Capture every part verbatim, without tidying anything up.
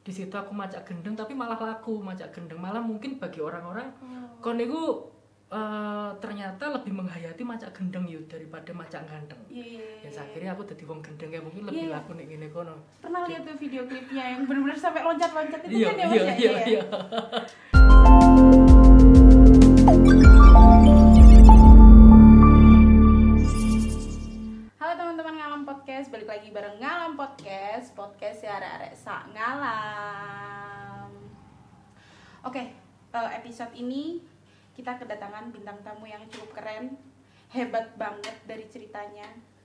Di situ aku macak gendeng tapi malah laku macak gendeng, malah mungkin bagi orang-orang oh. kon niku uh, ternyata lebih menghayati macak gendeng yuk daripada macak ganteng. Iya. Yeah. Ya akhirnya aku dadi wong gendeng ya mungkin lebih yeah. laku nek ngene kono. Pernah lihat tuh video klipnya yang benar-benar sampai loncat-loncat itu iya, kan ya Mas iya, ya? Iya, iya. Halo teman-teman Ngalam Podcast, balik lagi bareng Ngalam Podcast, podcast ya arek-arek sak ngalam. Oke, episode ini kita kedatangan bintang tamu yang cukup keren, hebat banget dari ceritanya.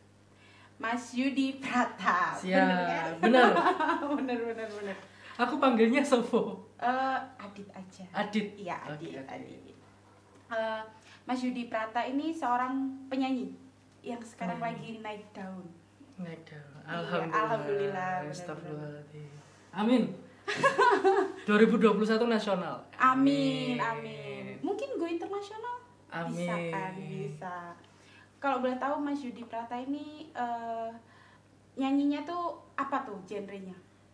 Mas Yudi Prata. Siap, bener kan? Bener. bener, bener, bener. Aku panggilnya Sopo. Uh, Adit aja. Adit. Iya, Adit. Okay, okay. Adit. Uh, Mas Yudi Prata ini seorang penyanyi yang sekarang hmm. lagi naik daun. Naik daun. Alhamdulillah. Iya, alhamdulillah. Astagfirullahaladzim. Amin. dua ribu dua puluh satu nasional. Amin, amin. Mungkin go internasional. Amin. Bisa kan, bisa. Kalau boleh tahu Mas Yudi Prata ini uh, nyanyinya tuh apa tuh genrenya?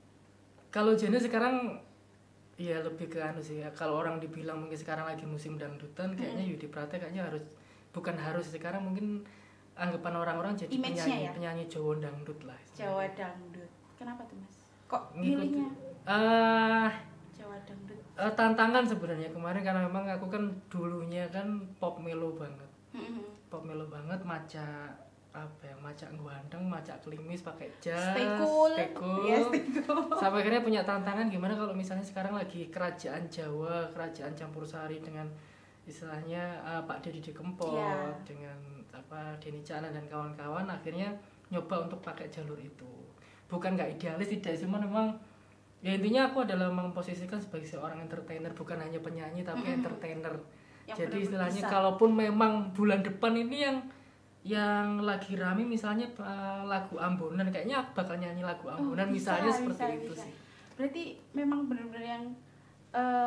Kalau genre sekarang ya lebih ke anu sih ya. Kalau orang dibilang mungkin sekarang lagi musim dangdutan, kayaknya hmm. Yudi Prata kayaknya harus bukan harus sekarang mungkin anggapan orang-orang jadi image-nya penyanyi ya? penyanyi Jawa dangdut lah. Jawa dangdut. Kenapa tuh Mas? Kok milihnya? Uh, Jawa dangdut. Uh, tantangan sebenarnya kemarin karena memang aku kan dulunya kan pop melo banget. Mm-hmm. Pop melo banget, maca apa ya, maca ganteng, maca klimis pakai jas, stay cool, stay cool. Yes, stay cool. Sampai akhirnya punya tantangan gimana kalau misalnya sekarang lagi kerajaan Jawa, kerajaan campur sari dengan istilahnya uh, Pak Deddy Kempot yeah. dengan apa Denny Caknan dan kawan-kawan, akhirnya nyoba untuk pakai jalur itu. Bukan nggak idealis tidak, cuma memang ya intinya aku adalah memposisikan sebagai seorang entertainer, bukan hanya penyanyi tapi mm-hmm. entertainer. Yang jadi istilahnya bisa. Kalaupun memang bulan depan ini yang yang lagi rame misalnya uh, lagu Ambonan, kayaknya aku bakal nyanyi lagu Ambonan oh, bisa, misalnya seperti bisa, itu bisa. Sih. Berarti memang benar-benar yang uh,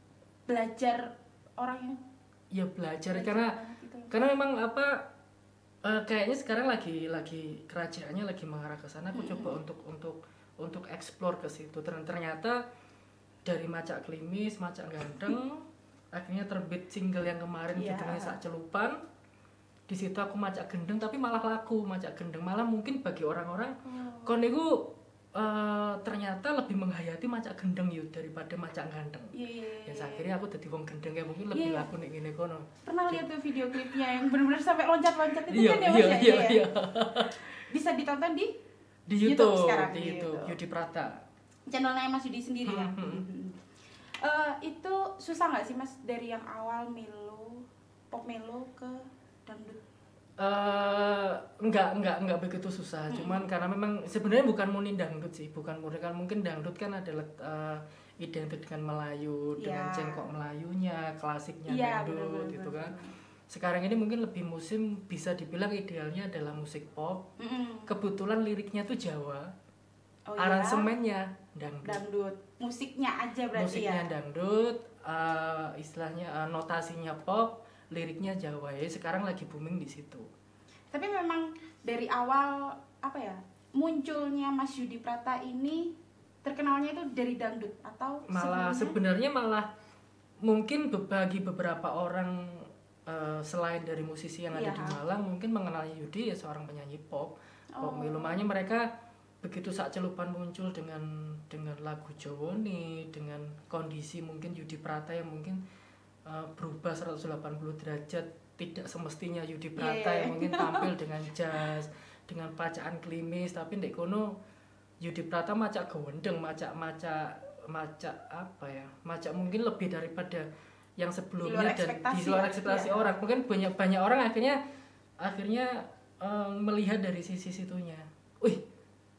belajar orangnya. Ya belajar, belajar karena gitu. Karena memang apa uh, kayaknya sekarang lagi lagi kerajaannya lagi mengarah ke sana. Aku hmm. coba untuk untuk untuk explore ke situ. Ternyata dari macak klimis, macak ganteng akhirnya terbit single yang kemarin yeah. judulnya Sak Celupan. Di situ aku macak gendeng tapi malah laku macak gendeng, malah mungkin bagi orang-orang oh. kon niku uh, ternyata lebih menghayati macak gendeng yuk daripada macak ganteng. Iya. Yeah, yeah, ya akhirnya aku dadi wong gendeng ya mungkin lebih yeah. laku nek ngene kono. Pernah lihat tuh video klipnya yang benar-benar sampai loncat-loncat itu iya, kan ya Mas iya, ya? Iya, iya. Bisa ditonton di di YouTube, YouTube sekarang di YouTube, YouTube. Yudi Prata. Channelnya Mas Yudi sendiri ya. Hmm, hmm. Hmm. Uh, itu susah nggak sih Mas dari yang awal melo, pop melo ke dangdut? Uh, enggak enggak enggak begitu susah, hmm. cuman karena memang sebenarnya bukan murni dangdut sih, bukan murni kan mungkin dangdut kan adalah uh, identik dengan Melayu, yeah. dengan cengkok Melayunya, klasiknya yeah, dangdut gitu kan. Sekarang ini mungkin lebih musim bisa dibilang idealnya adalah musik pop. Mm-hmm. Kebetulan liriknya tuh Jawa. Oh, aransemennya ya? dangdut. Dangdut. Musiknya aja berarti musiknya ya. Musiknya dangdut, uh, istilahnya uh, notasinya pop, liriknya Jawa. Ya sekarang lagi booming di situ. Tapi memang dari awal apa ya? Munculnya Mas Yudi Prata ini terkenalnya itu dari dangdut atau malah sebenarnya malah mungkin bagi beberapa orang uh, selain dari musisi yang ada iya. di Malang mungkin mengenal Yudi ya seorang penyanyi pop. Oh. Pop melomanya mereka begitu Sak Celupan muncul dengan dengan lagu Jawa nih, dengan kondisi mungkin Yudi Prata yang mungkin uh, berubah seratus delapan puluh derajat, tidak semestinya Yudi Prata yeah. yang mungkin tampil dengan jazz, dengan bacaan klimis, tapi ndek kono Yudi Prata macak gawendeng, macak-macak macak apa ya? Macak mungkin lebih daripada yang sebelumnya dan di luar ekspektasi ya. Orang. Mungkin banyak banyak orang akhirnya akhirnya um, melihat dari sisi situnya. Wih,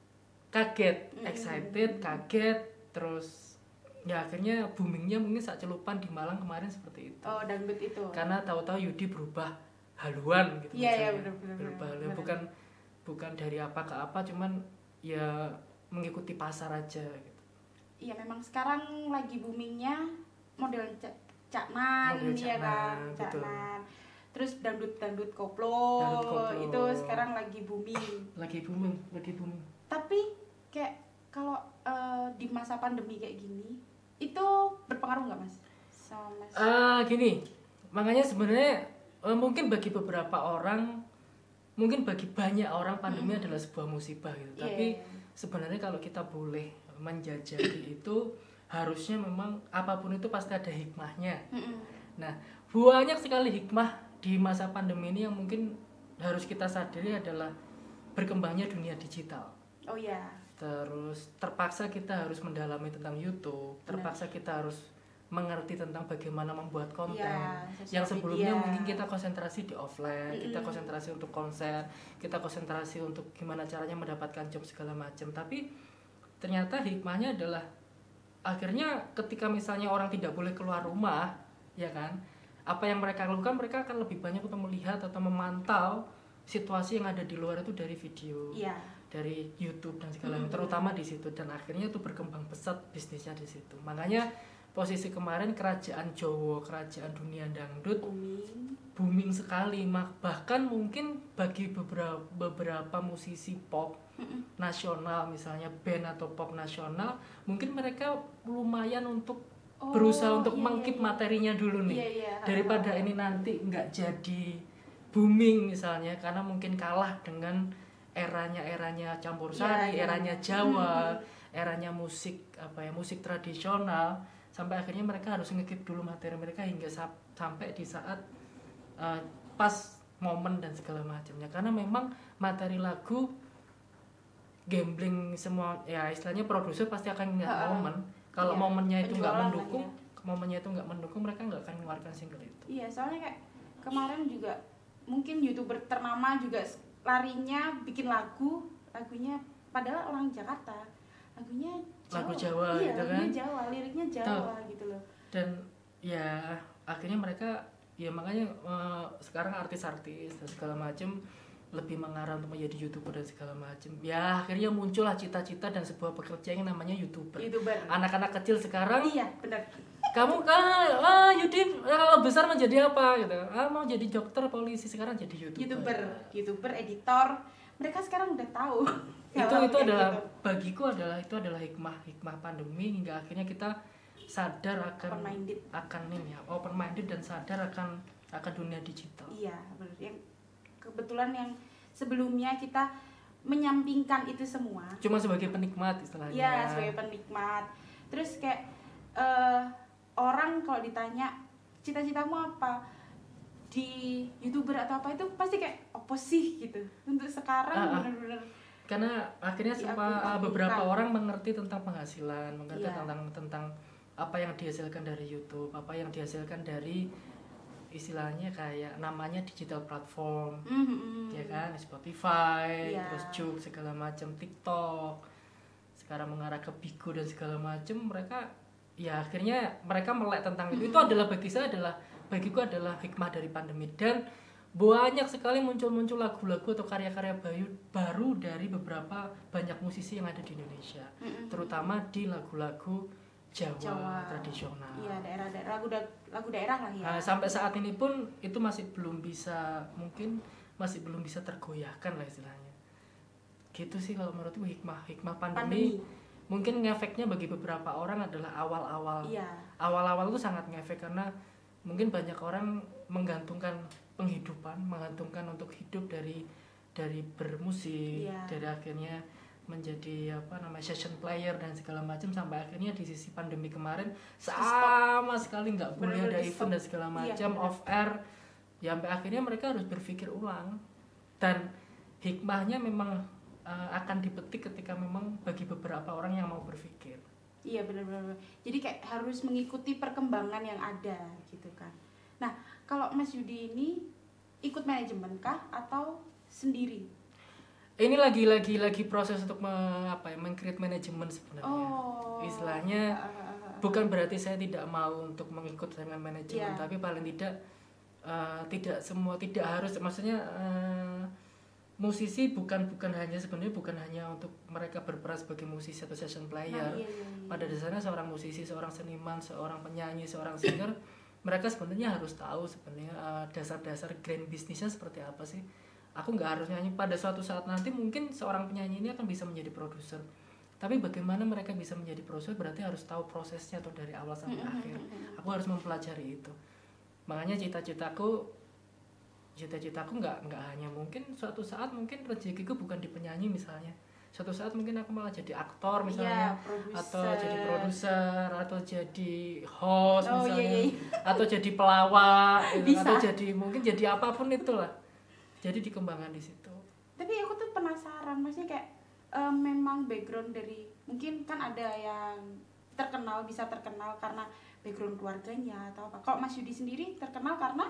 kaget, excited, kaget, terus ya akhirnya boomingnya mungkin Sak Celupan di Malang kemarin seperti itu. Oh, dangdut itu. Karena tahu-tahu Yudi berubah haluan gitu. Iya, iya benar-benar. Berubah haluan, bukan bukan dari apa ke apa, cuman ya mengikuti pasar aja gitu. Iya, memang sekarang lagi boomingnya model Caknan, ya kan, Caknan. Terus dangdut-dangdut koplo, dangdut koplo itu sekarang lagi booming. Lagi booming, lagi booming. Tapi kayak kalau uh, di masa pandemi kayak gini itu berpengaruh nggak mas? Sama mas? Uh, gini, makanya sebenarnya uh, mungkin bagi beberapa orang, mungkin bagi banyak orang pandemi mm-hmm. adalah sebuah musibah gitu. Yeah. Tapi sebenarnya kalau kita boleh menjajaki itu harusnya memang apapun itu pasti ada hikmahnya. Mm-hmm. Nah, banyak sekali hikmah di masa pandemi ini yang mungkin harus kita sadari adalah berkembangnya dunia digital. Oh ya. Yeah. Terus terpaksa kita harus mendalami tentang YouTube, terpaksa Benar. kita harus mengerti tentang bagaimana membuat konten. Ya, yang sebelumnya media. Mungkin kita konsentrasi di offline, mm-hmm. kita konsentrasi untuk konser, kita konsentrasi untuk gimana caranya mendapatkan job segala macam. Tapi ternyata hikmahnya adalah akhirnya ketika misalnya orang tidak boleh keluar rumah, ya kan? Apa yang mereka lakukan, mereka akan lebih banyak untuk melihat atau memantau situasi yang ada di luar itu dari video. Ya. Dari YouTube dan segala macam, mm-hmm. terutama di situ, dan akhirnya itu berkembang pesat bisnisnya di situ. Makanya posisi kemarin kerajaan Jawa, kerajaan dunia dangdut booming, booming sekali. Bahkan mungkin bagi beberapa beberapa musisi pop mm-hmm. nasional, misalnya band atau pop nasional, mungkin mereka lumayan untuk oh, berusaha untuk iya, mengkeep iya, materinya dulu nih, iya, iya. daripada ini nanti nggak jadi booming misalnya, karena mungkin kalah dengan eranya-eranya campur sari, ya, ya. eranya Jawa, hmm. eranya musik apa ya, musik tradisional, sampai akhirnya mereka harus ngekip dulu materi mereka hingga sa- sampai di saat uh, pas momen dan segala macamnya. Karena memang materi lagu gambling semua, ya istilahnya produser pasti akan ngeliat momen. Kalau iya, momennya itu nggak mendukung, ya. momennya itu nggak mendukung, mereka nggak akan mengeluarkan single itu. Iya, soalnya kayak kemarin juga mungkin YouTuber ternama juga larinya bikin lagu, lagunya padahal orang Jakarta, lagunya Jawa. Lagu Jawa iya, gitu kan. Lagunya Jawa, liriknya Jawa Tuh. gitu loh. Dan ya akhirnya mereka ya makanya uh, sekarang artis-artis dan segala macam lebih mengarah untuk menjadi YouTuber dan segala macam. Ya akhirnya muncullah cita-cita dan sebuah pekerjaan yang namanya YouTuber. YouTuber. Anak-anak kecil sekarang. Iya, benar. Kamu kan ah Yudi kalau besar mau jadi apa gitu. Ah mau jadi dokter, polisi, sekarang jadi YouTuber. YouTuber, YouTuber, editor. Mereka sekarang udah tahu. itu itu adalah gitu. Bagiku adalah itu adalah hikmah hikmah pandemi hingga akhirnya kita sadar akan open minded. akan ini ya, open minded dan sadar akan akan dunia digital. Iya, benar. Yang kebetulan yang sebelumnya kita menyampingkan itu semua. Cuma sebagai penikmat istilahnya. Iya, sebagai penikmat. Terus kayak uh, orang kalau ditanya cita-citamu apa di YouTuber atau apa, itu pasti kayak apa sih gitu. Untuk sekarang uh, uh. benar-benar karena akhirnya semua beberapa orang mengerti tentang penghasilan, mengerti yeah. tentang tentang apa yang dihasilkan dari YouTube, apa yang dihasilkan dari istilahnya kayak namanya digital platform, mm-hmm. ya kan, Spotify, yeah. terus Juk segala macam, TikTok, sekarang mengarah ke Bigo dan segala macam. Mereka ya akhirnya mereka melek tentang mm-hmm. itu. Itu adalah bagi saya adalah bagiku adalah hikmah dari pandemi, dan banyak sekali muncul-muncul lagu-lagu atau karya-karya bayu, baru dari beberapa banyak musisi yang ada di Indonesia, mm-hmm. terutama di lagu-lagu Jawa, Jawa. tradisional. Iya, daerah-daerah lagu, da- lagu daerah lah ya. Nah, sampai saat ini pun itu masih belum bisa, mungkin masih belum bisa tergoyahkan lah istilahnya. Gitu sih kalau menurutku hikmah hikmah pandemi. pandemi. Mungkin ngefeknya bagi beberapa orang adalah awal-awal. Iya. Awal-awal itu sangat ngefek karena mungkin banyak orang menggantungkan penghidupan, menggantungkan untuk hidup dari dari bermusik, yeah. dari akhirnya menjadi apa namanya session player dan segala macam, sampai akhirnya di sisi pandemi kemarin sama sekali nggak boleh ada event dan segala macam, yeah, off air, ya sampai akhirnya mereka harus berpikir ulang, dan hikmahnya memang uh, akan dipetik ketika memang bagi beberapa orang yang mau berpikir. Iya benar-benar. Jadi kayak harus mengikuti perkembangan yang ada gitu kan. Nah, kalau Mas Yudi ini ikut manajemen kah atau sendiri? Ini lagi-lagi lagi proses untuk me, apa ya, meng-create manajemen sebenarnya. Oh. Istilahnya uh, bukan berarti saya tidak mau untuk mengikut dengan manajemen, yeah. tapi paling tidak uh, tidak semua tidak harus, maksudnya uh, musisi bukan bukan hanya sebenarnya bukan hanya untuk mereka berperan sebagai musisi atau session player. Nah, iya, iya, iya. Pada dasarnya seorang musisi, seorang seniman, seorang penyanyi, seorang singer, mereka sebenarnya harus tahu sebenarnya uh, dasar-dasar grand bisnisnya seperti apa sih. Aku nggak harus nyanyi, pada suatu saat nanti mungkin seorang penyanyi ini akan bisa menjadi produser, Tapi bagaimana mereka bisa menjadi produser berarti harus tahu prosesnya tuh dari awal sampai mm-hmm. akhir. Aku harus mempelajari itu. Makanya cita-citaku cita-citaku nggak nggak hanya mungkin suatu saat mungkin rezekiku bukan di penyanyi misalnya. Suatu saat mungkin aku malah jadi aktor misalnya, yeah, atau jadi produser, atau jadi host oh, misalnya, yeah, yeah. atau jadi pelawak, atau jadi mungkin jadi apapun itulah. Jadi dikembangkan di situ. Tapi aku tuh penasaran, maksudnya kayak um, memang background dari mungkin kan ada yang terkenal bisa terkenal karena background keluarganya atau apa. Kalau Mas Yudi sendiri terkenal karena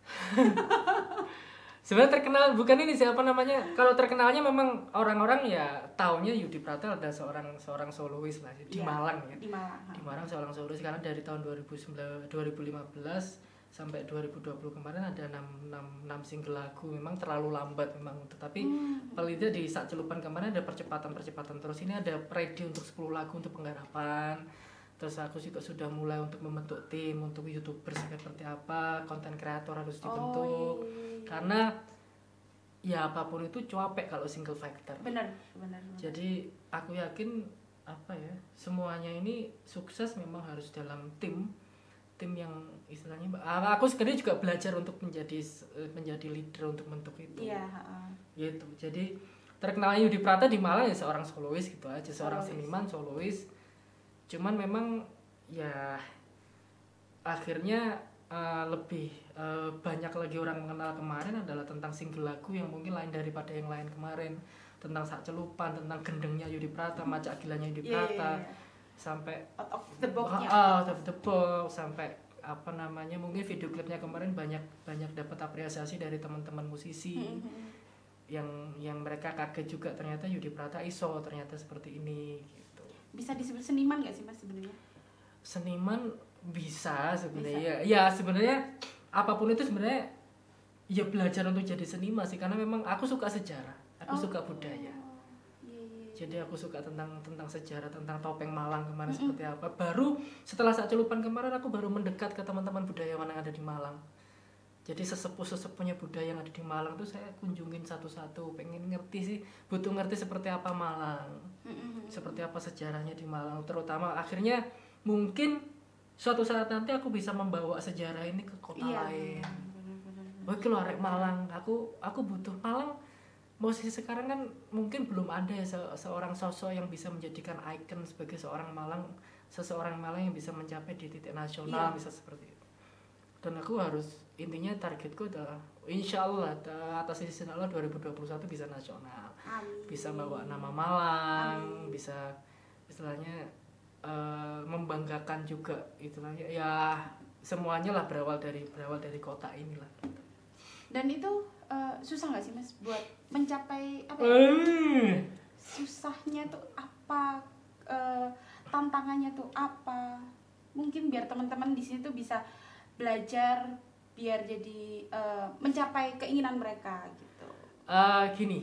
sebenarnya terkenal bukan ini siapa namanya. Kalau terkenalnya memang orang-orang ya taunya Yudi Pratel ada seorang seorang solois lah di yeah, Malang ya. Di Malang. Di Malang seorang solois karena dari tahun dua ribu sembilan, dua ribu lima belas sampai dua ribu dua puluh kemarin ada enam single lagu. Memang terlalu lambat memang, tetapi hmm. paling tidak di Sak Celupan kemarin ada percepatan-percepatan terus. Ini ada ready untuk sepuluh lagu untuk penggarapan. Terus aku juga sudah mulai untuk membentuk tim untuk YouTuber seperti apa, konten kreator harus dibentuk. Oh, iya. Karena ya apapun itu capek kalau single factor. Benar, benar. Jadi aku yakin apa ya, semuanya ini sukses memang harus dalam tim. Tim yang istilahnya aku sebenarnya juga belajar untuk menjadi menjadi leader untuk bentuk itu. Iya, uh. Gitu. Jadi terkenalnya Yudi Prata di Malang ya seorang solois gitu aja, seorang solois. Seniman solois. Cuman memang ya akhirnya uh, lebih uh, banyak lagi orang mengenal kemarin adalah tentang single lagu yang mungkin lain daripada yang lain kemarin, tentang Sak Celupan, tentang gendengnya Yudi Prata, macak gilanya Yudi Prata, yeah, yeah, yeah. sampai out of the box-nya, out of the box, sampai apa namanya mungkin video klipnya kemarin banyak banyak dapat apresiasi dari teman-teman musisi. Mm-hmm. yang yang mereka kaget juga ternyata Yudi Prata iso ternyata seperti ini. Bisa disebut seniman nggak sih Mas sebenarnya? Seniman bisa sebenarnya. Ya sebenarnya apapun itu sebenarnya ya belajar untuk jadi seniman sih, karena memang aku suka sejarah, aku oh. suka budaya. Oh. Yeah, yeah. Jadi aku suka tentang tentang sejarah, tentang topeng Malang kemarin mm-hmm. seperti apa. Baru setelah Sak Celupan kemarin aku baru mendekat ke teman-teman budayawan yang ada di Malang. Jadi sesepuh-sesepuhnya budaya yang ada di Malang tuh saya kunjungin satu-satu, pengen ngerti sih, butuh ngerti seperti apa Malang, mm-hmm. seperti apa sejarahnya di Malang, terutama akhirnya mungkin suatu saat nanti aku bisa membawa sejarah ini ke kota iya, lain. Wah, kalau arek Malang, aku aku butuh Malang. Posisi sekarang kan mungkin belum ada ya se- seorang sosok yang bisa menjadikan ikon sebagai seorang Malang, seseorang Malang yang bisa mencapai di titik nasional, iya. bisa seperti itu. Dan aku harus, intinya targetku adalah insya Allah atas izin Allah dua ribu dua puluh satu bisa nasional. Amin. Bisa bawa nama Malang. Amin. Bisa istilahnya uh, membanggakan juga istilahnya ya semuanya lah berawal dari berawal dari kota inilah. Dan itu uh, susah nggak sih Mas buat mencapai apa ya? Mm. Susahnya tuh apa, uh, tantangannya tuh apa? Mungkin biar teman-teman di sini tuh bisa belajar biar jadi uh, mencapai keinginan mereka gitu. Uh, gini,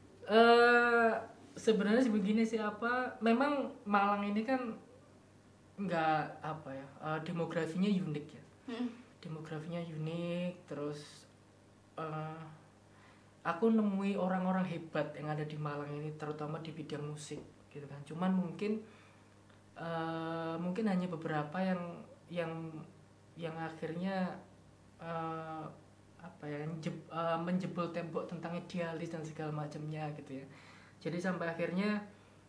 uh, sebenarnya sebegini sih apa? Memang Malang ini kan nggak apa ya, uh, demografinya unik ya. Hmm. Demografinya unik, terus uh, aku nemui orang-orang hebat yang ada di Malang ini, terutama di bidang musik, gitu kan. Cuman mungkin uh, mungkin hanya beberapa yang yang yang akhirnya uh, apa ya jeb, uh, menjebol tembok tentang idealis dan segala macamnya gitu ya. Jadi sampai akhirnya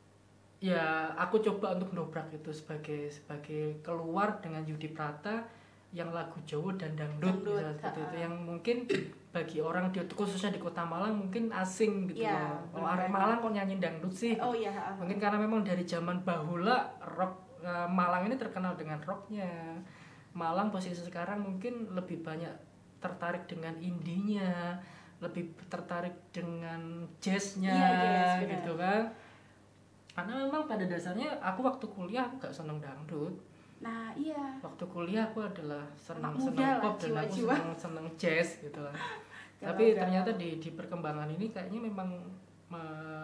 ya aku coba untuk mendobrak itu sebagai sebagai keluar dengan Yudi Prata yang lagu Jawa dan dangdut, dangdut misalnya seperti itu, yang mungkin bagi orang di, khususnya di Kota Malang mungkin asing gitu ya, loh. Oh, arek Malang kok nyanyi dangdut sih? Oh iya. Mungkin karena memang dari zaman bahula rock uh, Malang ini terkenal dengan rocknya. Malang posisi sekarang mungkin lebih banyak tertarik dengan indinya, lebih tertarik dengan jazznya, yeah, yes, gitu kan. Karena memang pada dasarnya aku waktu kuliah aku gak seneng dangdut. Nah iya. Waktu kuliah aku adalah seneng seneng pop dan aku seneng seneng jazz gitu lah. Tapi ternyata di di perkembangan ini kayaknya memang me,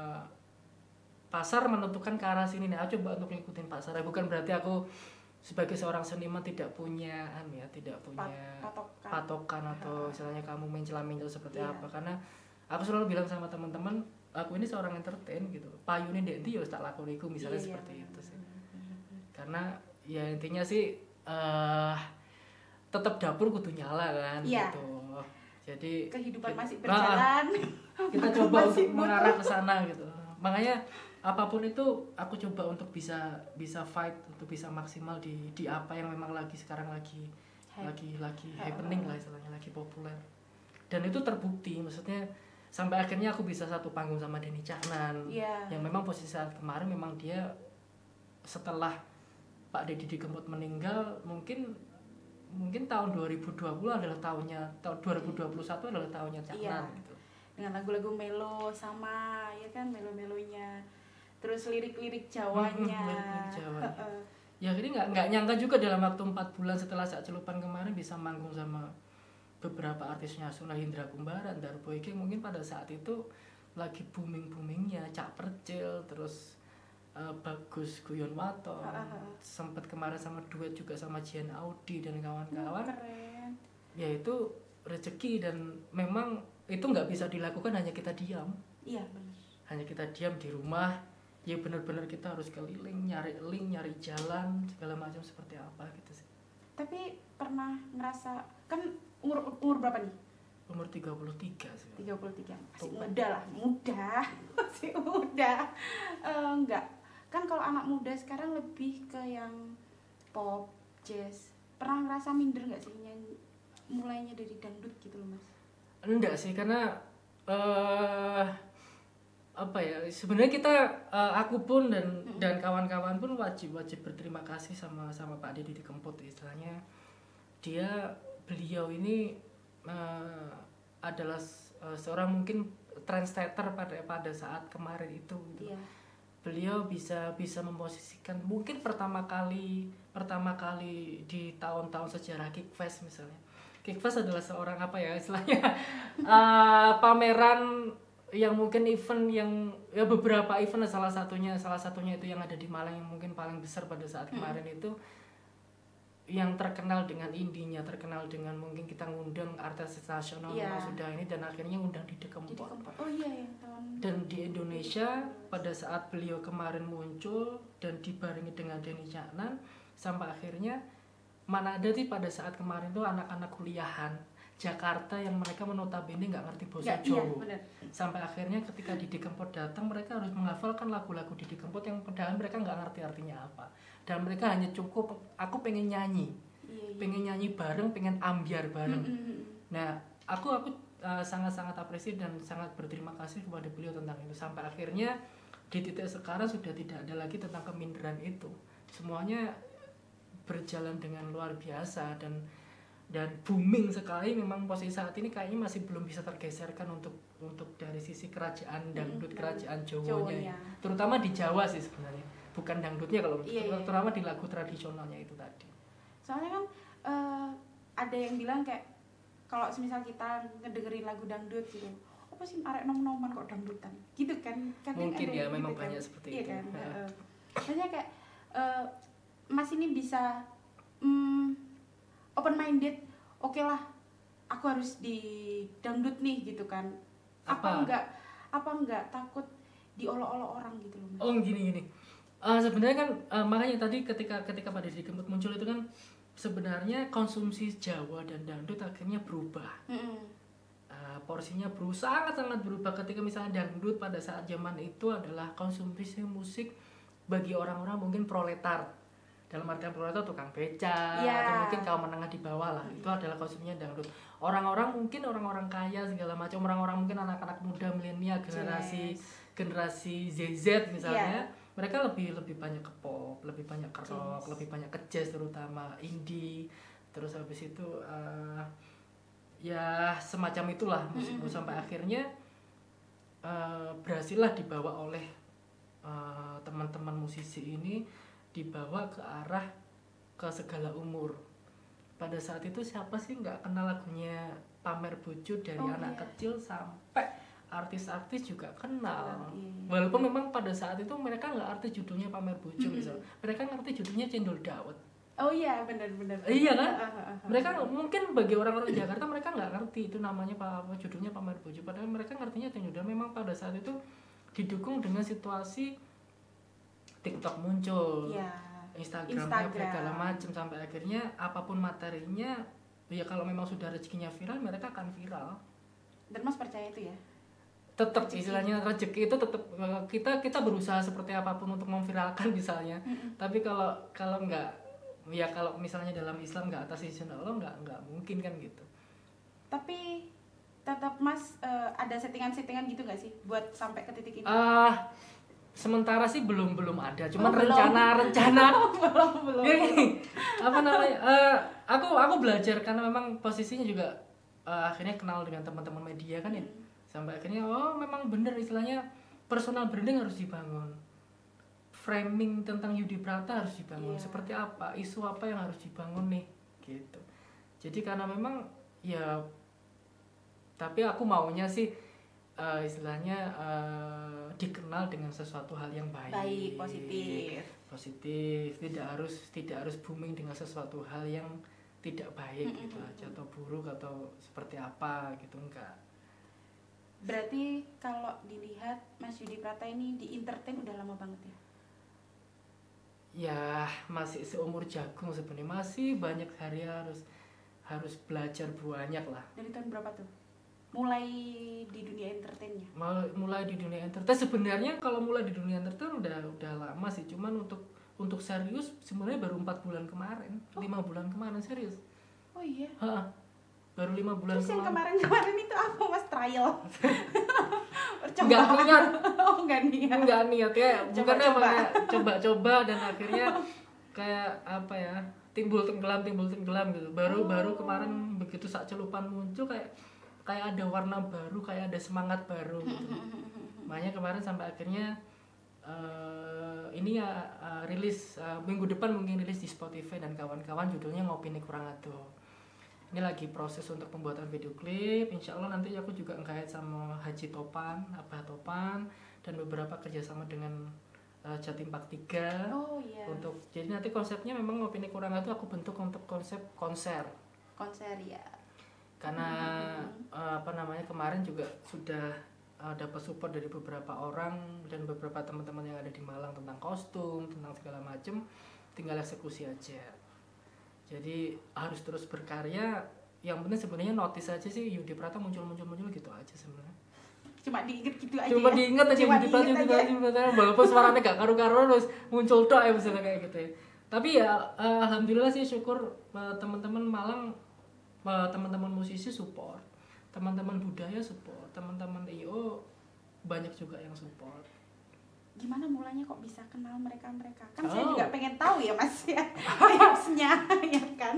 pasar menentukan ke arah sini nih. Aku coba untuk ngikutin pasar. Bukan berarti aku sebagai seorang seniman tidak punya ya tidak punya patokan, patokan atau istilahnya kamu mencela-mencela seperti yeah. apa, karena aku selalu bilang sama teman-teman aku ini seorang entertain gitu. Payune ndek ndi ya wis tak lakoni iku misalnya Iya, seperti iya, itu sih. bener-bener. Karena ya intinya sih eh tetap dapur kudu nyala kan Iya. gitu. Jadi Kehidupan kita- masih Ah, berjalan. kita Aku coba masih untuk mengarah ke sana gitu. Makanya apapun itu aku coba untuk bisa bisa fight, untuk bisa maksimal di di apa yang memang lagi sekarang lagi Hype. lagi lagi Ha, happening ha, ha. lah istilahnya, lagi populer. Dan itu terbukti, maksudnya sampai akhirnya aku bisa satu panggung sama Denny Caknan. Iya. Yang memang posisi saat kemarin memang dia setelah Pak Deddy Dikempot meninggal, mungkin mungkin tahun dua ribu dua puluh adalah tahunnya, tahun dua ribu dua puluh satu adalah tahunnya Caknan Iya. gitu. Dengan lagu-lagu melo sama ya kan, melo-melonya, terus lirik-lirik Jawanya. Hmm, lirik-lirik Jawa. Heeh. Ya jadi nggak nggak nyangka juga dalam waktu empat bulan setelah Sak Celupan kemarin bisa manggung sama beberapa artisnya Suna Hindra Kumbara, Darboy King. Mungkin pada saat itu lagi booming boomingnya Cak Percil, terus uh, Bagus Guyon Waton, Ha, ha, ha. sempat kemarin sama duet juga sama Jian Audi dan kawan-kawan. Keren. Ya itu rezeki dan memang itu nggak bisa dilakukan hanya kita diam, Iya benar. hanya kita diam di rumah. Ya benar-benar kita harus keliling, nyari link, nyari jalan segala macam seperti apa gitu sih. Tapi pernah ngerasa, kan umur umur berapa nih? Umur tiga puluh tiga sih. tiga puluh tiga. Masih Tuh. muda lah, muda. Masih muda. Eh, enggak. Kan kalau anak muda sekarang lebih ke yang pop, jazz. Pernah ngerasa minder nggak sih nyanyi mulainya dari dangdut gitu loh, Mas? Enggak sih, karena eh apa ya, sebenarnya kita eh, aku pun dan Mm-mm. dan kawan-kawan pun wajib wajib berterima kasih sama sama Pak Deddy Dikempot. Istilahnya dia beliau ini eh, adalah s- eh, seorang mungkin trendsetter pada pada saat kemarin itu gitu. Iya. Beliau bisa bisa memposisikan mungkin pertama kali pertama kali di tahun-tahun sejarah Kickfest misalnya. Kickfest adalah seorang apa ya istilahnya eh, pameran yang mungkin event yang ya beberapa event, salah satunya salah satunya itu yang ada di Malang yang mungkin paling besar pada saat kemarin itu, yang terkenal dengan indinya, terkenal dengan mungkin kita ngundang artis nasional Iya. yang sudah ini dan akhirnya ngundang di Jadi Dikempot. keempat. Oh iya yang tahun. Dan di Indonesia pada saat beliau kemarin muncul dan dibarengi dengan Denny Caknan, sampai akhirnya mana ada sih pada saat kemarin tuh anak-anak kuliahan Jakarta yang mereka notabene nggak ngerti bahasa Nggak, iya, Jawa. bener. Sampai akhirnya ketika Didi Kempot datang, mereka harus menghafalkan lagu-lagu Didi Kempot yang padahal mereka nggak ngerti artinya apa. Dan mereka hanya cukup, aku pengen nyanyi, Iya, iya. pengen nyanyi bareng, pengen ambiar bareng. Mm, mm, mm. Nah, aku aku uh, sangat-sangat apresiasi dan sangat berterima kasih kepada beliau tentang itu. Sampai akhirnya di titik sekarang sudah tidak ada lagi tentang keminderan itu. Semuanya berjalan dengan luar biasa dan dan booming sekali. Memang posisi saat ini kayaknya masih belum bisa tergeserkan untuk untuk dari sisi kerajaan dangdut, Mm, kerajaan Jawanya, Jawanya. terutama di Jawa sih sebenarnya, bukan dangdutnya kalau Iya, iya. terutama di lagu tradisionalnya itu tadi. Soalnya kan eh, ada yang bilang kayak kalau semisal kita ngedengerin lagu dangdut gitu, apa sih arek nom-noman kok dangdutan gitu kan? Kadang Mungkin ada ya, yang memang gitu kan. banyak seperti Iya itu. kan? Ha. Heeh. Maksudnya kayak eh, Mas ini bisa mm, open minded, oke lah, aku harus di dangdut nih gitu kan? Apa, Apa? enggak? Apa enggak takut diolok-olok orang gitu loh? Mas? Oh gini gini. Uh, sebenarnya kan uh, makanya tadi ketika ketika pada Didi Kempot muncul itu kan sebenarnya konsumsi Jawa dan dangdut akhirnya berubah. Mm-mm. Uh, porsinya berubah, sangat sangat berubah ketika misalnya dangdut pada saat zaman itu adalah konsumsi musik bagi orang-orang mungkin proletar. Dalam artian proletar tukang beca Iya. atau mungkin kaum menengah di bawah lah. Itu adalah konsumsinya dangdut. Orang-orang mungkin orang-orang kaya segala macam, orang-orang mungkin anak-anak muda milenial generasi Yes. generasi Z Z misalnya, Iya. mereka lebih lebih banyak ke pop, lebih banyak ke rock, Jazz. lebih banyak ke jazz terutama indie. Terus habis itu eh, ya semacam itulah musikmu sampai akhirnya eh, berhasillah dibawa oleh eh, teman-teman musisi ini, dibawa ke arah ke segala umur. Pada saat itu siapa sih nggak kenal lagunya Pamer Bojo dari Oh, anak iya. kecil sampai artis-artis juga kenal. Kenal, iya. Walaupun memang pada saat itu mereka nggak arti judulnya Pamer Bojo Mm-mm. misal, mereka ngerti judulnya Cendol Dawet. Oh iya benar-benar. Iya kan? Ah, ah, ah, ah. Mereka mungkin bagi orang-orang Jakarta mereka nggak ngerti itu namanya apa judulnya Pamer Bojo, padahal mereka ngertinya Cendol Dawet. Memang pada saat itu didukung dengan situasi TikTok muncul, ya, Instagram, Instagram. segala macam, sampai akhirnya apapun materinya ya kalau memang sudah rezekinya viral mereka akan viral. Dan Mas percaya itu ya? Tetap istilahnya rezeki itu tetap kita kita berusaha seperti apapun untuk memviralkan misalnya. Mm-mm. Tapi kalau kalau enggak ya kalau misalnya dalam Islam enggak atas izin Allah enggak enggak mungkin kan gitu. Tapi tetap Mas uh, ada settingan-settingan gitu nggak sih buat sampai ke titik ini? Uh, sementara sih belum belum ada, cuman oh, rencana-rencana belum belum. Ya, apa namanya? Uh, aku aku belajar karena memang posisinya juga uh, akhirnya kenal dengan teman-teman media kan ya. Hmm. Sampai akhirnya oh memang benar istilahnya personal branding harus dibangun. Framing tentang Yudi Prata harus dibangun. Yeah. Seperti apa? Isu apa yang harus dibangun nih? Gitu. Jadi karena memang ya tapi aku maunya sih uh, istilahnya uh, dikenal dengan sesuatu hal yang baik, baik, positif, positif, tidak harus tidak harus booming dengan sesuatu hal yang tidak baik mm-hmm. gitu aja atau buruk atau seperti apa gitu enggak. Berarti kalau dilihat Mas Yudi Prata ini di entertain udah lama banget ya? Ya masih seumur jagung sebenarnya, masih banyak hari harus harus belajar banyak lah. Dari tahun berapa tuh? Mulai di dunia entertainnya? Mulai di dunia entertain sebenarnya kalau mulai di dunia entertain udah udah lama sih, cuman untuk untuk serius sebenarnya baru empat bulan kemarin, lima oh. bulan kemarin serius. Oh iya. Ha, baru lima bulan Terus kemarin. Yang kemarin-kemarin itu apa Mas, trial? Enggak niat. Oh enggak niat. Enggak niat ya, bukannya kayak coba-coba dan akhirnya kayak apa ya, timbul tenggelam timbul tenggelam gitu. Baru oh. baru kemarin begitu sak celupan muncul kayak kayak ada warna baru, kayak ada semangat baru gitu. Makanya kemarin sampai akhirnya uh, ini ya uh, rilis uh, minggu depan mungkin rilis di Spotify dan kawan-kawan, judulnya Ngopini Kurang Adoh. Ini lagi proses untuk pembuatan video klip. Insya Allah nanti aku juga ngait sama Haji Topan, Abah Topan, dan beberapa kerjasama dengan uh, Jatim Park tiga. Oh iya. Untuk jadi nanti konsepnya memang Ngopini Kurang Adoh aku bentuk untuk konsep konser. Konser ya. Karena hmm. uh, apa namanya kemarin juga sudah uh, dapat support dari beberapa orang dan beberapa teman-teman yang ada di Malang tentang kostum, tentang segala macam, tinggal eksekusi aja. Jadi harus terus berkarya. Yang penting sebenarnya notice aja sih Yudi Prata muncul-muncul-muncul gitu aja sebenarnya. Cuma diinget gitu aja. Cuma ya? diinget aja Yudi Prata gitu aja. Walaupun suaranya gak karu-karuan terus muncul tok ya misalnya kayak gitu ya. Tapi ya uh, alhamdulillah sih syukur uh, teman-teman Malang, teman-teman musisi support, teman-teman budaya support, teman-teman I O banyak juga yang support. Gimana mulanya kok bisa kenal mereka-mereka? Kan oh. saya juga pengen tahu ya Mas ya, tipsnya ya kan.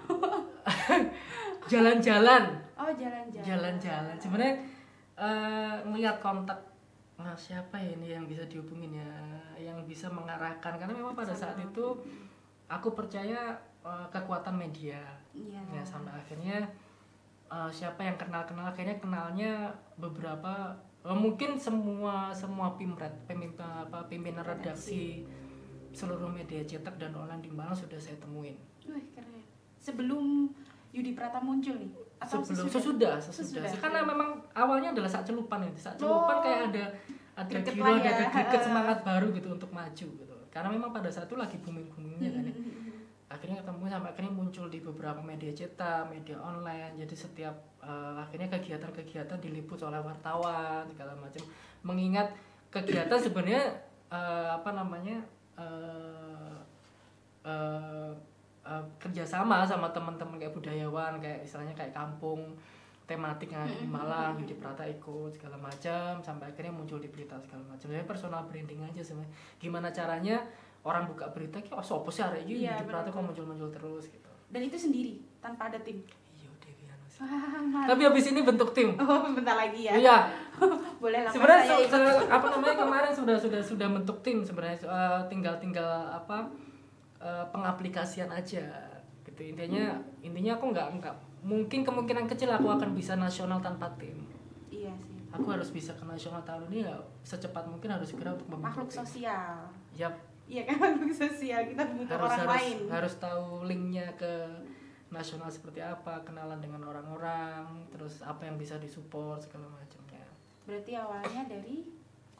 Jalan-jalan. Oh jalan-jalan. Jalan-jalan. Sebenarnya uh, ngelihat kontak, nah siapa ya ini yang bisa dihubungin ya, yang bisa mengarahkan, karena memang pada saat itu aku percaya uh, kekuatan media. Iya. Ya sampai akhirnya uh, siapa yang kenal-kenal akhirnya kenalnya beberapa uh, mungkin semua semua pimret pemimpin apa pimpinan redaksi seluruh media cetak dan online di Malang sudah saya temuin. Wih keren. Sebelum Yudi Prata muncul nih atau sebelum sesudah sesudah, sesudah. Karena memang awalnya adalah saat celupan itu saat celupan oh. kayak ada ada giro ada ya. Greget semangat baru gitu untuk maju gitu. Karena memang pada saat itu lagi booming-boomingnya kan ya. Akhirnya ketemu sampai akhirnya muncul di beberapa media cetak, media online. Jadi setiap uh, akhirnya kegiatan-kegiatan diliput oleh wartawan segala macam. Mengingat kegiatan sebenarnya uh, apa namanya uh, uh, uh, kerjasama sama teman-teman kayak budayawan, kayak istilahnya kayak kampung tematik yang ada di Malang, Yudi Prata ikut segala macam sampai akhirnya muncul di berita segala macam. Jadi personal branding aja sebenarnya. Gimana caranya orang buka berita kayak oh sopo sih hari ini Yudi Prata kok muncul-muncul terus gitu. Dan itu sendiri tanpa ada tim. Iya Dewi anu sih. Tapi habis ini bentuk tim. Oh, bentar lagi ya. Iya. Boleh lah. Sebenarnya su- su- apa namanya kemarin sudah sudah sudah bentuk tim sebenarnya uh, tinggal tinggal apa uh, pengaplikasian aja gitu. Intinya hmm. intinya aku nggak nggak mungkin kemungkinan kecil aku akan bisa nasional tanpa tim. Iya sih. Aku harus bisa ke nasional tahun ini ya secepat mungkin harus segera untuk membentuk makhluk tim. Sosial. Yap. Iya kan makhluk sosial kita butuh harus, orang harus, lain. Harus tahu linknya ke nasional seperti apa, kenalan dengan orang-orang, terus apa yang bisa disupport segala macamnya. Berarti awalnya dari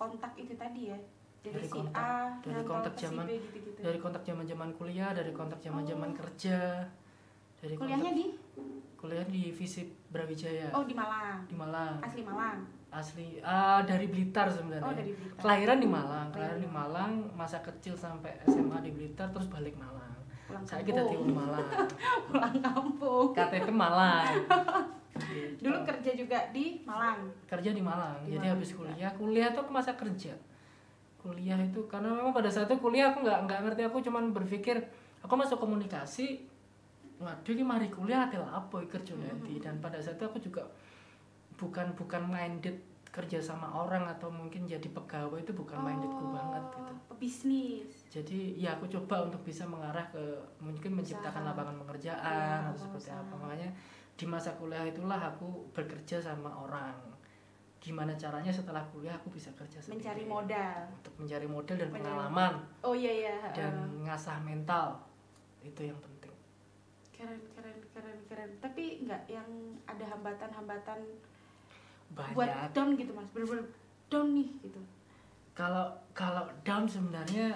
kontak itu tadi ya, dari, dari si kontak, A dari kontak zaman B, gitu-gitu. dari kontak zaman zaman kuliah, dari kontak zaman zaman oh. kerja, dari kuliahnya kontak, di kuliah di Visip Brawijaya. Oh, di Malang. Di Malang. Asli Malang. Asli uh, dari Blitar sebenarnya. Oh, dari Blitar. Kelahiran di Malang, kelahiran di Malang, masa kecil sampai S M A di Blitar, terus balik Malang. Saya kita di Malang. Pulang kampung. K T P Malang. Gitu. Dulu kerja juga di Malang. Kerja di Malang. Di Jadi Malang habis kuliah, kuliah tuh aku masa kerja. Kuliah itu karena memang pada saat itu kuliah aku nggak nggak ngerti, aku cuman berpikir aku masuk komunikasi. Waduh, ini mari kuliah adalah apa kerja nanti. Dan pada saat itu aku juga bukan bukan minded kerja sama orang atau mungkin jadi pegawai, itu bukan oh, mindedku banget gitu. Bisnis. Jadi ya aku coba untuk bisa mengarah ke mungkin menciptakan usaha. Lapangan pekerjaan ya, atau seperti usaha. Apa. Makanya di masa kuliah itulah aku bekerja sama orang. Gimana caranya setelah kuliah aku bisa kerja sendiri. Mencari modal. Untuk mencari modal dan mencari. Pengalaman. Oh iya iya. Dan uh. ngasah mental. Itu yang penting. Keren keren keren keren. Tapi enggak yang ada hambatan-hambatan banyak. Buat down gitu Mas, bener-bener down nih gitu. Kalau kalau down sebenarnya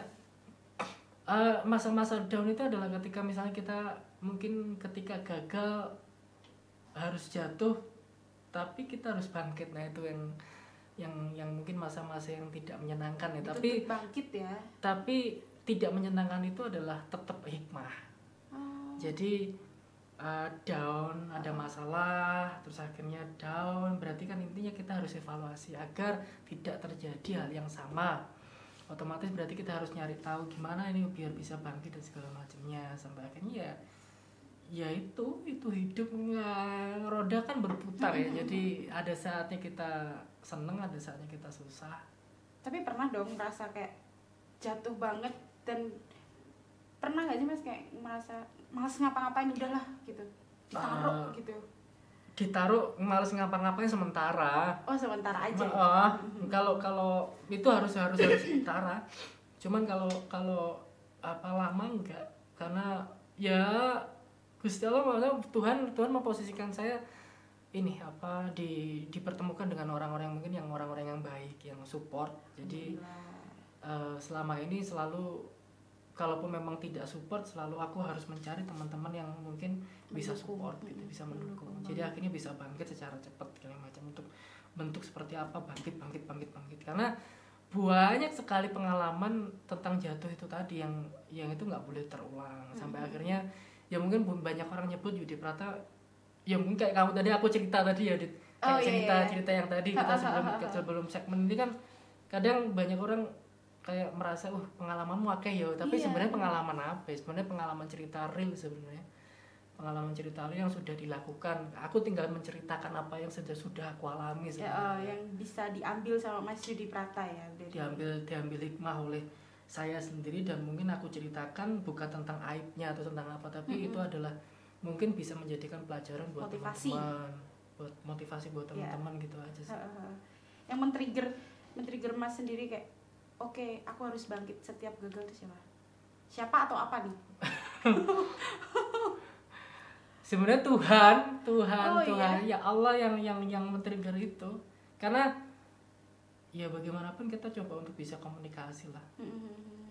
uh, masa-masa down itu adalah ketika misalnya kita mungkin ketika gagal harus jatuh, tapi kita harus bangkit. Nah itu yang yang yang mungkin masa-masa yang tidak menyenangkan ya. Itu tapi bangkit ya. Tapi tidak menyenangkan itu adalah tetap hikmah. Oh. Jadi Uh, down, ada masalah, terus akhirnya down, berarti kan intinya kita harus evaluasi agar tidak terjadi hal yang sama. Otomatis berarti kita harus nyari tahu gimana ini biar bisa bangkit dan segala macamnya, sampai akhirnya ya ya itu itu hidup nggak, roda kan berputar ya. Jadi ada saatnya kita seneng, ada saatnya kita susah. Tapi pernah dong merasa kayak jatuh banget dan pernah nggak sih Mas kayak merasa malas ngapa-ngapain udahlah gitu, ditaruh uh, gitu, ditaruh malas ngapa-ngapain sementara. Oh sementara aja. Uh, kalau kalau itu harus harus harus sementara. Cuman kalau kalau apa lama enggak, karena ya Gusti Allah maksudnya Tuhan Tuhan memposisikan saya ini apa di dipertemukan dengan orang-orang mungkin yang orang-orang yang baik, yang support. Jadi uh, selama ini selalu kalaupun memang tidak support, selalu aku harus mencari teman-teman yang mungkin bisa support gitu, bisa mendukung. Jadi akhirnya bisa bangkit secara cepat segala macam untuk bentuk seperti apa, bangkit bangkit bangkit bangkit. Karena banyak sekali pengalaman tentang jatuh itu tadi yang yang itu nggak boleh terulang. Sampai mm-hmm. akhirnya ya mungkin banyak orang nyebut Yudi Prata, ya mungkin kayak kamu tadi aku cerita tadi ya, Dit. Kayak oh, cerita iya, iya. cerita yang tadi kita sebelum sebelum segmen ini kan kadang banyak orang kayak merasa uh pengalamanmu akeh ya, tapi iya. sebenarnya pengalaman apa? Sebenarnya pengalaman cerita real sebenarnya. Pengalaman cerita real yang sudah dilakukan. Aku tinggal menceritakan apa yang sudah sudah aku alami sebenarnya. Ya, uh, yang bisa diambil sama Mas Yudi Prata ya. Dari... Diambil diambil hikmah oleh saya sendiri, dan mungkin aku ceritakan bukan tentang aibnya atau tentang apa, tapi mm-hmm. itu adalah mungkin bisa menjadikan pelajaran buat motivasi. teman-teman, buat motivasi buat teman-teman ya. Gitu aja sih. Uh, yang men-trigger men-trigger Mas sendiri kayak oke, okay, aku harus bangkit setiap gagal itu siapa? Siapa atau apa nih? Sebenarnya Tuhan, Tuhan, oh, Tuhan, iya? ya Allah yang yang yang men-trigger itu. Karena ya bagaimanapun kita coba untuk bisa komunikasi lah. Mm-hmm.